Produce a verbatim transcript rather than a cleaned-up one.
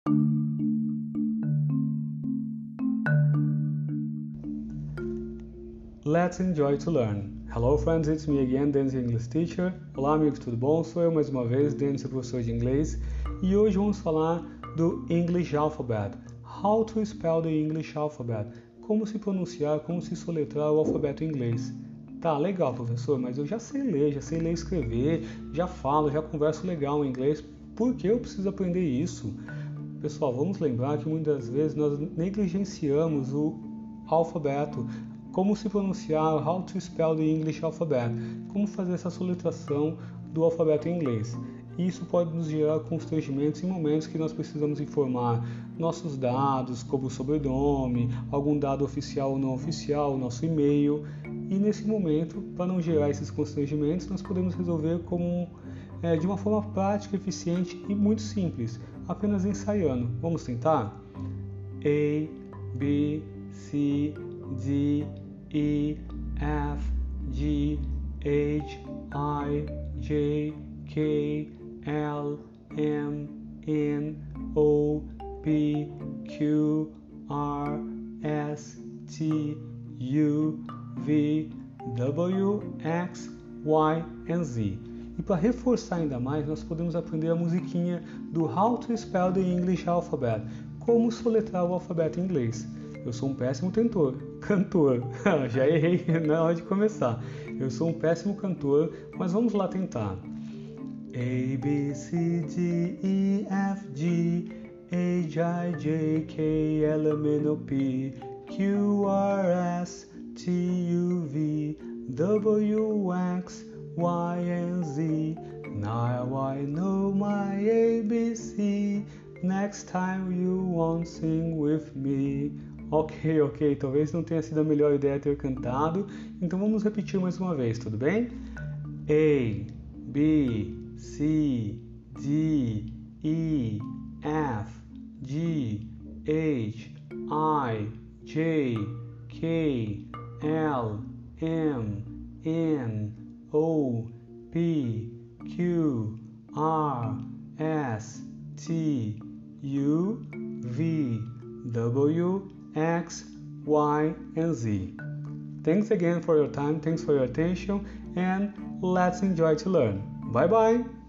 Let's enjoy to learn. Hello friends, it's me again, Dennis English Teacher. Olá amigos, tudo bom? Sou eu mais uma vez, Dennis, professor de inglês. E hoje vamos falar do English Alphabet. How to spell the English Alphabet. Como se pronunciar, como se soletrar o alfabeto inglês. Tá, legal professor, mas eu já sei ler, já sei ler e escrever, já falo, já converso legal em inglês. Por que eu preciso aprender isso? Pessoal, vamos lembrar que muitas vezes nós negligenciamos o alfabeto. Como se pronunciar, how to spell the English alphabet, como fazer essa soletração do alfabeto em inglês. Isso pode nos gerar constrangimentos em momentos que nós precisamos informar nossos dados, como o sobrenome, algum dado oficial ou não oficial, nosso e-mail. E nesse momento, para não gerar esses constrangimentos, nós podemos resolver como, é, de uma forma prática, eficiente e muito simples, apenas ensaiando. Vamos tentar? A, B, C, D, E, F, G, H, I, J, K, L, M, N, O, P, Q, R, S, T, U, V, W, X, Y e Z. E para reforçar ainda mais, nós podemos aprender a musiquinha do How to Spell the English Alphabet, como soletrar o alfabeto em inglês. Eu sou um péssimo tentor, cantor, já errei na hora de começar. Eu sou um péssimo cantor, mas vamos lá tentar. A, B, C, D, E, F, G, H, I, J, K, L, M, N, O, P, Q, R, S, T, U, V, W, X, Y, and Z. Now I know my A B C, next time you won't sing with me. Ok, ok, talvez não tenha sido a melhor ideia ter cantado, então vamos repetir mais uma vez, tudo bem? A, B, C, D, E, F, G, H, I, J, K, L, M, N, O, P, Q, R, S, T, U, V, W, X, Y, and Z. Thanks again for your time, thanks for your attention, and let's enjoy to learn. Bye bye!